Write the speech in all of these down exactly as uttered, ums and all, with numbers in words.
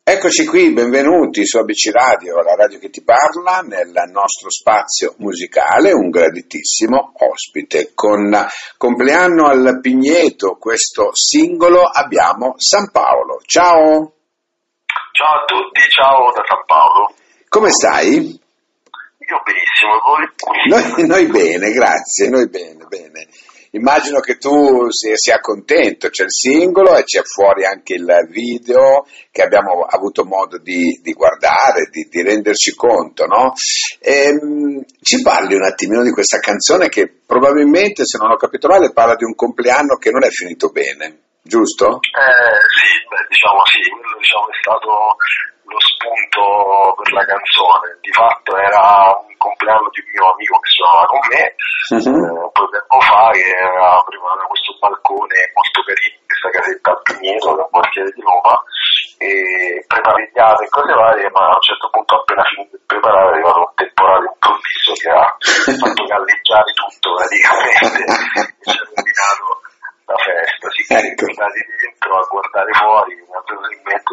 Eccoci qui, benvenuti su A B C Radio, la radio che ti parla, nel nostro spazio musicale, un graditissimo ospite. Con compleanno al Pigneto, questo singolo, abbiamo San Paolo. Ciao! Ciao a tutti, ciao da San Paolo. Come stai? Io benissimo, e voi? Noi, noi bene, grazie, noi bene, bene. Immagino che tu sia, sia contento, c'è il singolo e c'è fuori anche il video che abbiamo avuto modo di, di guardare, di, di renderci conto, no? Ehm, ci parli un attimino di questa canzone che probabilmente, se non ho capito male, parla di un compleanno che non è finito bene, giusto? Eh sì, beh, diciamo sì, quello diciamo è stato lo spunto per la canzone. Di fatto era un compleanno di un mio amico che suonava con me, uh-huh. eh, un po' di tempo fa, che aveva preparato questo balcone molto carino, questa casetta al Pigneto, nel quartiere di Roma, e preparigliate e cose varie, ma a un certo punto, appena finito di preparare, è arrivato un temporale improvviso che ha fatto galleggiare tutto praticamente e ci ha rovinato la festa. Si ecco. Sono stati dentro a guardare fuori, naturalmente.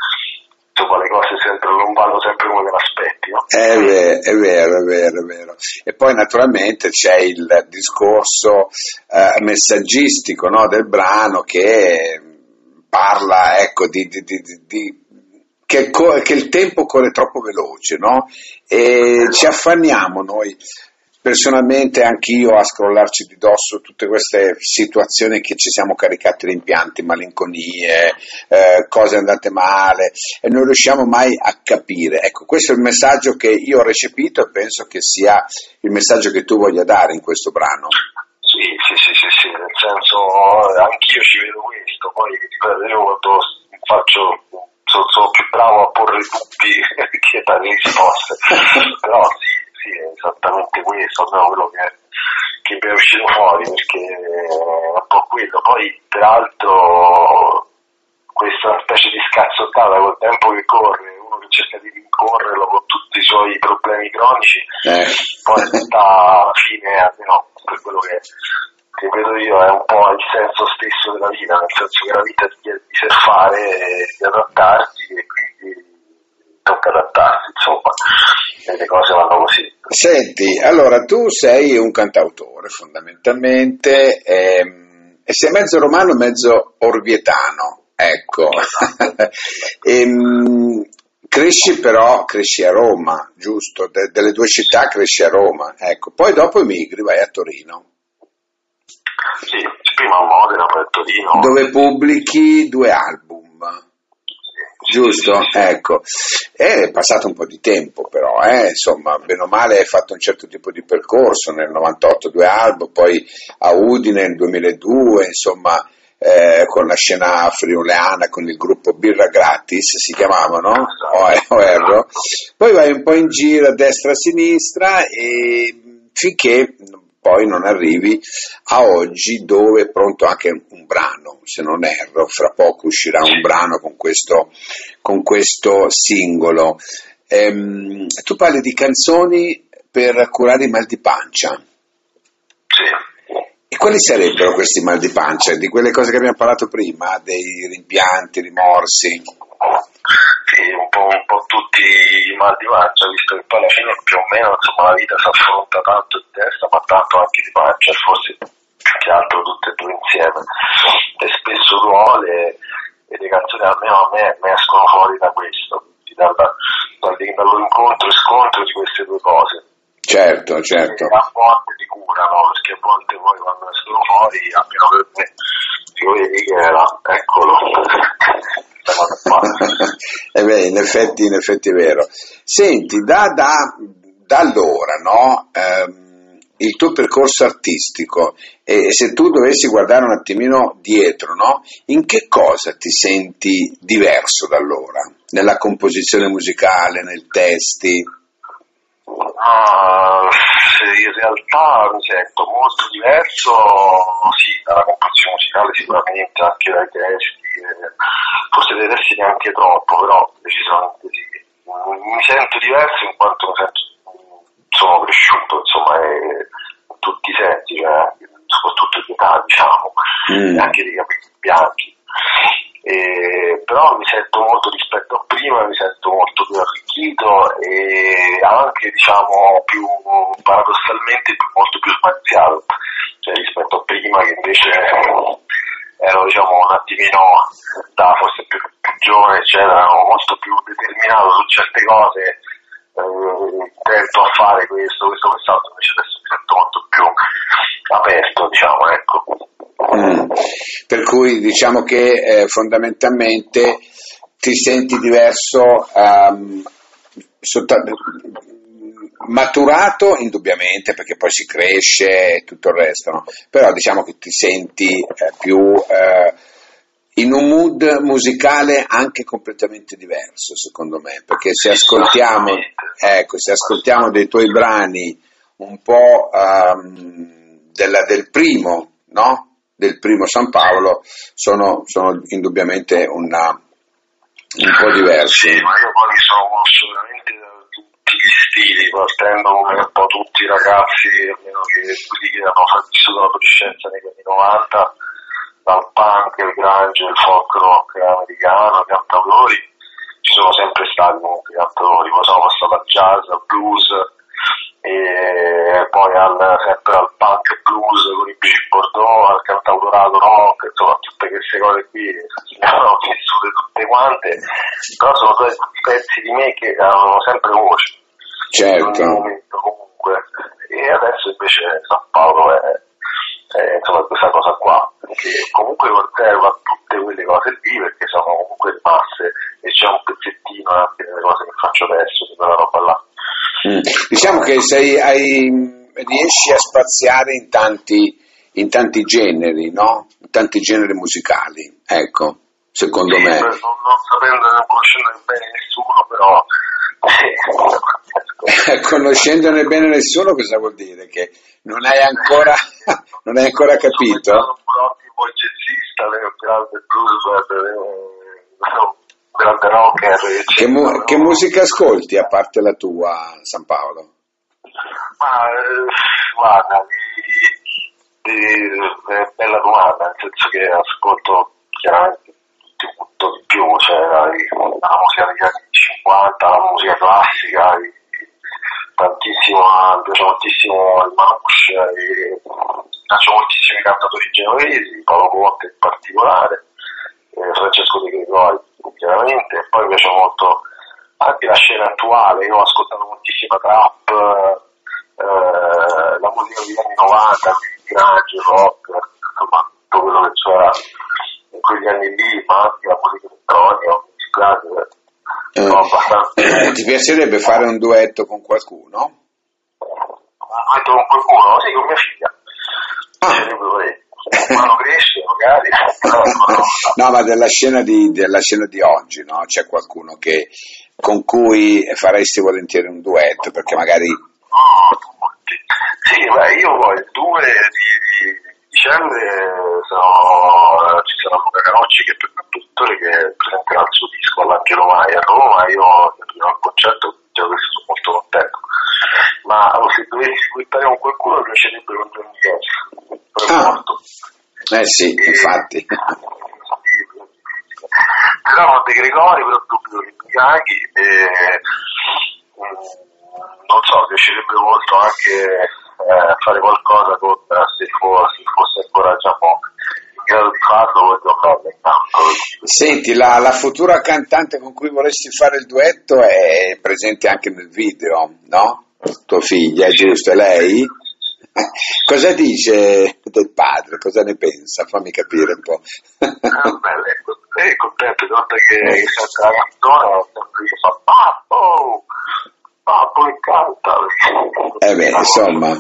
Le cose sempre non vanno sempre come te l'aspetti, no? È vero, è vero, è vero, è vero. E poi naturalmente c'è il discorso eh, messaggistico, no, del brano che parla, ecco, di, di, di, di che, co- che il tempo corre troppo veloce, no? E ci affanniamo noi. Personalmente anch'io a scrollarci di dosso tutte queste situazioni che ci siamo caricati rimpianti, malinconie, eh, cose andate male e non riusciamo mai a capire. Ecco, questo è il messaggio che io ho recepito e penso che sia il messaggio che tu voglia dare in questo brano. Sì, sì, sì, sì, sì, nel senso anch'io ci vedo questo, poi ripeto, io quando faccio sono, sono più bravo a porre dubbi che dare risposte, però sì. Sì, è esattamente questo, no? Quello che, che mi è uscito fuori, perché è un po' quello. Poi, peraltro, questa specie di scazzottata col tempo che corre, uno che cerca di rincorrerlo con tutti i suoi problemi cronici, eh. poi in realtà alla fine, almeno per quello che, che vedo io, è un po' il senso stesso della vita, nel senso che la vita ti chiede di surfare e di adattarti, e quindi tocca adattarsi, insomma, e le cose vanno così. Senti, allora tu sei un cantautore fondamentalmente ehm, e sei mezzo romano, mezzo orvietano, ecco. e, mh, cresci però, cresci a Roma, giusto? De- delle due città cresci a Roma, ecco. Poi dopo emigri, vai a Torino. Sì, prima a Modena, poi a Torino. Dove pubblichi due album. Giusto? Ecco, è passato un po' di tempo però, eh? Insomma, bene o male hai fatto un certo tipo di percorso, nel novantotto due album, poi a Udine nel duemiladue, insomma, eh, con la scena friulana, con il gruppo Birra Gratis, si chiamavano, o, o erro, poi vai un po' in giro a destra e a sinistra e finché poi non arrivi a oggi, dove è pronto anche un brano, se non erro, fra poco uscirà un brano con questo, con questo singolo. Ehm, tu parli di canzoni per curare i mal di pancia. Sì. E quali sarebbero questi mal di pancia? Di quelle cose che abbiamo parlato prima, dei rimpianti, rimorsi? Sì, un po', un po' tutti i mal di pancia, visto che poi alla fine più o meno insomma la vita si affronta tanto di testa ma tanto anche di pancia, forse più che altro tutte e due insieme, e spesso duole, e le canzoni almeno a me, me escono fuori da questo, dalla, dall'incontro e scontro di queste due cose. Certo, certo. E a volte ti curano, perché a volte poi quando escono fuori, almeno per me, dico vedi che era, eccolo. eh beh, in effetti, in effetti è vero. Senti, da, da, da allora, no, ehm, il tuo percorso artistico, e, e se tu dovessi guardare un attimino dietro, no, in che cosa ti senti diverso da allora? Nella composizione musicale, nei testi? Uh, in realtà mi sento molto diverso, sì, dalla composizione musicale sicuramente, anche dai testi, eh, forse dai testi neanche troppo, però decisamente sì. Mi sento diverso in quanto mi sento, sono cresciuto, insomma, eh, in tutti i sensi, cioè, soprattutto di età, diciamo, mm. anche dei capelli bianchi. E, però mi sento molto rispetto a prima anche diciamo più paradossalmente più, molto più smaziato, cioè rispetto a prima che invece ero diciamo un attimino da forse più, più giovane, eccetera, ero molto più determinato su certe cose, eh, intento a fare questo, questo, quest'altro, invece adesso mi sento molto più aperto, diciamo, ecco. Mm. Per cui diciamo che eh, fondamentalmente ti senti diverso, um, sotto, maturato indubbiamente perché poi si cresce e tutto il resto, no? Però diciamo che ti senti eh, più eh, in un mood musicale anche completamente diverso, secondo me, perché se ascoltiamo, ecco, se ascoltiamo dei tuoi brani un po' um, della, del primo, no? Del primo San Paolo, sono, sono indubbiamente una, un po' diversi. Sì, ma io poi mi sono mosso veramente da tutti gli stili, partendo come un po' tutti i ragazzi, almeno che quelli che hanno vissuto l'adolescenza negli anni novanta, dal punk, il grunge, il folk rock americano, i cantautori, ci sono sempre stati comunque cantatori, poi sono passato al jazz, al blues, e poi al, sempre al punk blues con i Brigitte Bardot, al cantautorato rock, insomma tutte queste cose qui le hanno vissute tutte quante, però sono tutti pezzi di me che hanno sempre voce, certo, in ogni momento comunque, e adesso invece San Paolo è, è insomma questa cosa qua, che comunque conserva tutte quelle cose lì perché sono comunque rimaste, e c'è un pezzettino anche nelle cose che faccio adesso, di quella roba là. Mm. Diciamo che sei, hai, riesci a spaziare in tanti, in tanti generi, no? In tanti generi musicali, ecco, secondo sì, me. Non, non sapendo, non conoscendo bene nessuno, però sì. Conoscendone bene nessuno cosa vuol dire? Che non hai ancora, non hai ancora capito? Sono un ottimo jazzista, un grande blues, un grande rocker. Che, mu- che musica ascolti a parte la tua, San Paolo? Ma eh, guarda, di, di, è bella domanda, nel senso che ascolto chiaramente tutto di più, cioè la, la musica degli anni cinquanta, la musica classica, i, tantissimo, mi piace moltissimo il Manouche, mi piacciono moltissimi cantatori genovesi, Paolo Conte in particolare, eh, Francesco De Gregori chiaramente, e poi mi piace molto anche la scena attuale. Io ho ascoltato moltissima trap, eh, la musica degli anni novanta, il grunge, il rock, insomma tutto quello che c'era in quegli anni lì, ma anche la musica elettronica, mi dispiace, eh, no, abbastanza. Ti piacerebbe fare un duetto con qualcuno? Un duetto con qualcuno? Sì, con mia figlia. Ah. Quando cresce magari. No, ma della scena di, della scena di oggi, no? C'è qualcuno che, con cui faresti volentieri un duetto, perché magari... Oh, sì, beh, io poi il due di, di dicembre sono, ci sarà Luca Canocci, che è il produttore, che presenterà il suo disco all'Angelo Mai a Roma. Io al concerto, già questo sono molto contento. Ma oh, se dovessi guardare con qualcuno mi piacerebbe con Johnny Cash, ah. morto. Eh sì, e, infatti. Però con De Gregori, però dubito che mi caghi, e mh, non so, mi piacerebbe molto anche eh, fare qualcosa con, se, for, se fosse ancora, diciamo, in grado di farlo, voglio andare intanto. Senti, la, la futura cantante con cui vorresti fare il duetto è presente anche nel video, no? Tua figlia, è giusto? È lei? Cosa dice del padre? Cosa ne pensa? Fammi capire un po'. Ah, lei è contenta, guarda che sente la canzone, sempre io fa pappo, pappo che canta. Eh beh, insomma.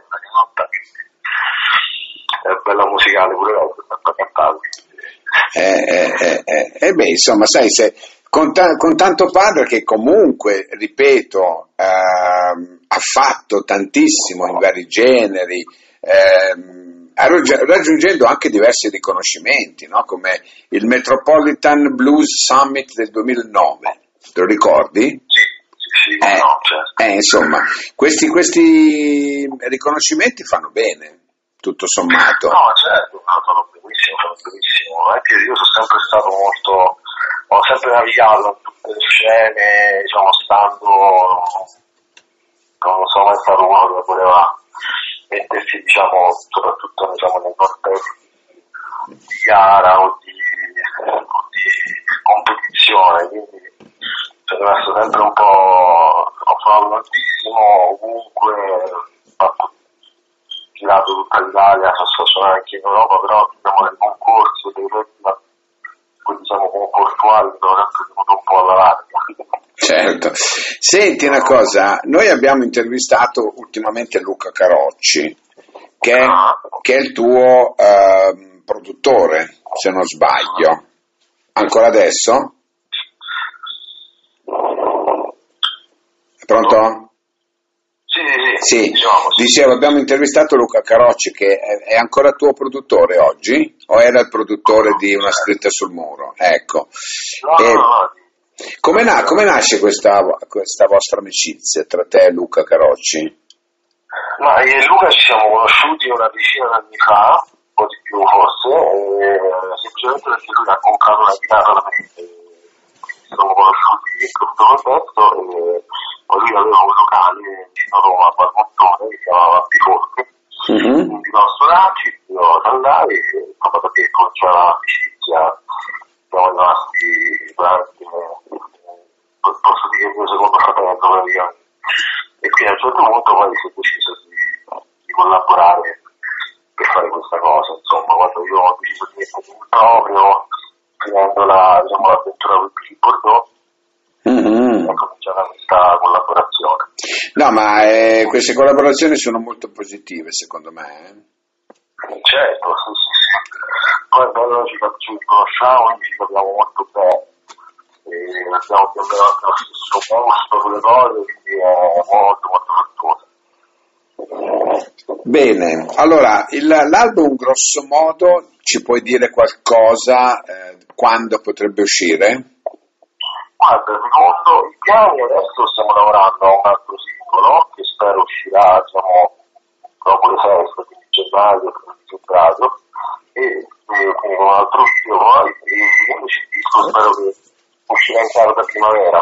È bella musicale pure lei, è cantata. Eh, eh, eh, eh, eh beh, insomma, sai, se, con, ta- con tanto padre che comunque, ripeto, ehm, ha fatto tantissimo in vari generi, ehm, raggiungendo anche diversi riconoscimenti, no? Come il Metropolitan Blues Summit del duemilanove, te lo ricordi? Sì, sì, eh, no, certo. Eh, insomma, questi, questi riconoscimenti fanno bene, tutto sommato. No, certo, no, sono benissimo, sono benissimo. Anche io sono sempre stato molto, ho sempre navigato in tutte le scene, diciamo, stando non sono mai stato uno che voleva mettersi, diciamo, soprattutto diciamo, nei contesti di gara o di, o di competizione, quindi sono rimasto sempre un po', ho fatto tantissimo, ovunque, ho fatto, girato tutta l'Italia, sono stato suonare anche in Europa, però diciamo nei concorsi, dei festival, quelli diciamo concorsuali, sono sempre venuto un po' alla larga. Certo. Senti una cosa, noi abbiamo intervistato ultimamente Luca Carocci, che è, che è il tuo eh, produttore, se non sbaglio. Ancora adesso? È pronto? Sì, sì, sì. Diciamo, sì. Dicevo, abbiamo intervistato Luca Carocci, che è, è ancora tuo produttore oggi? O era il produttore di Una scritta sul muro? Ecco. No, e, no, no. Come, na- come nasce questa, questa vostra amicizia tra te e Luca Carocci? Ma io e Luca ci siamo conosciuti una decina d'anni fa, un po' di più forse, e, semplicemente perché lui ha comprato una chitarra da me, e ci siamo conosciuti in questo contesto, e poi lui aveva un locale vicino a Roma, a Valmontone, che si chiamava Biforche, Mm-hmm. quindi no, suonarci, io andai, e proprio perché cominciava l'amicizia, siamo rimasti durante, posso dire il mio secondo fratello praticamente. E quindi a un certo punto poi si è deciso di, di collaborare per fare questa cosa, insomma, quando io ho deciso di mettermi in proprio, finendo la, diciamo, l'avventura con il Bordeaux, Mm-hmm. è cominciata questa collaborazione. No, ma eh, queste collaborazioni sono molto positive, secondo me. Eh? Certo, sì, sì, sì. Poi bello ci, ci conosciamo, quindi ci capiamo molto bene. E abbiamo più o meno lo stesso posto sulle cose, quindi è molto molto fruttuoso. Bene, allora il, l'album grosso modo ci puoi dire qualcosa eh, quando potrebbe uscire? Guarda, secondo i piani adesso stiamo lavorando a un altro singolo che spero uscirà, diciamo, dopo le feste, quindi gennaio, di febbraio, e, e quindi con un altro video poi, e invece il disco spero che uscirà in chiaro da primavera.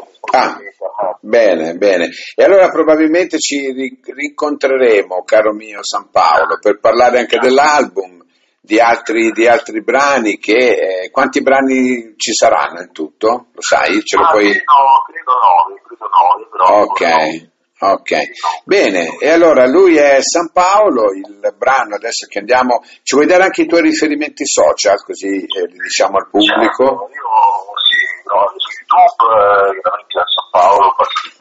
Ah, bene, bene. E allora probabilmente ci ri- rincontreremo, caro mio San Paolo, per parlare anche dell'album, di altri, di altri brani che... Eh, quanti brani ci saranno in tutto? Lo sai? Ce lo ah, puoi... credo, credo nove, credo nove, però... Ok, ok. Bene, e allora lui è San Paolo, il brano adesso che andiamo... Ci vuoi dare anche i tuoi riferimenti social, così eh, li diciamo al pubblico? Certo, io sì, no, su YouTube, eh, chiaramente a San Paolo,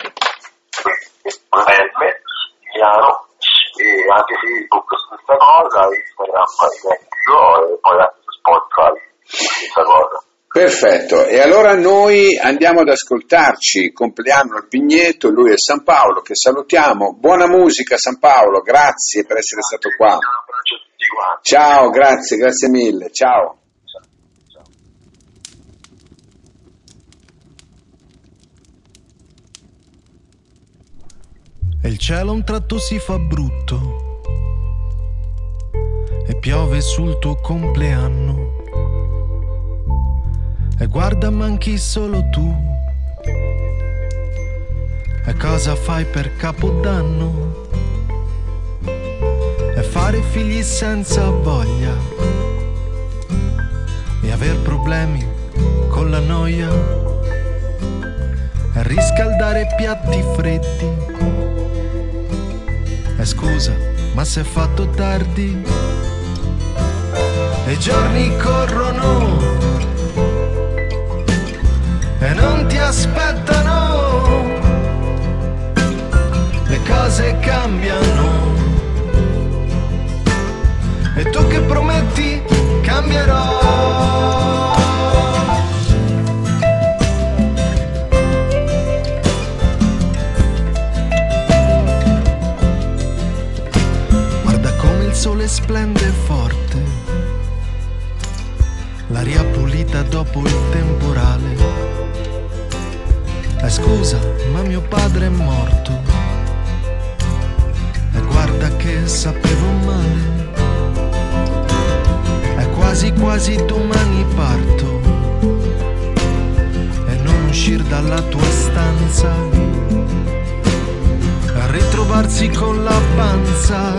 M, Milano, e anche Facebook stessa cosa, Instagram identico, e poi anche su Spotify stessa cosa. Perfetto, e allora noi andiamo ad ascoltarci Compleanno al Pigneto, lui è San Paolo, che salutiamo. Buona musica San Paolo, grazie per essere stato qua. Un abbraccio a tutti quanti. Ciao, grazie, grazie mille, ciao. E il cielo a un tratto si fa brutto e piove sul tuo compleanno e guarda manchi solo tu. E cosa fai per Capodanno? E fare figli senza voglia e aver problemi con la noia e riscaldare piatti freddi. E scusa, ma s'è fatto tardi e i giorni corrono e non ti aspettano, le cose cambiano e tu che prometti cambierò. Il sole splende forte, l'aria pulita dopo il temporale. E scusa, ma mio padre è morto e guarda che sapevo male. E quasi quasi domani parto e non uscir dalla tua stanza. ritrovarsi con la panza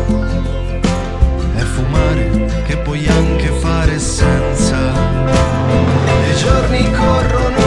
e fumare che puoi anche fare senza. I giorni corrono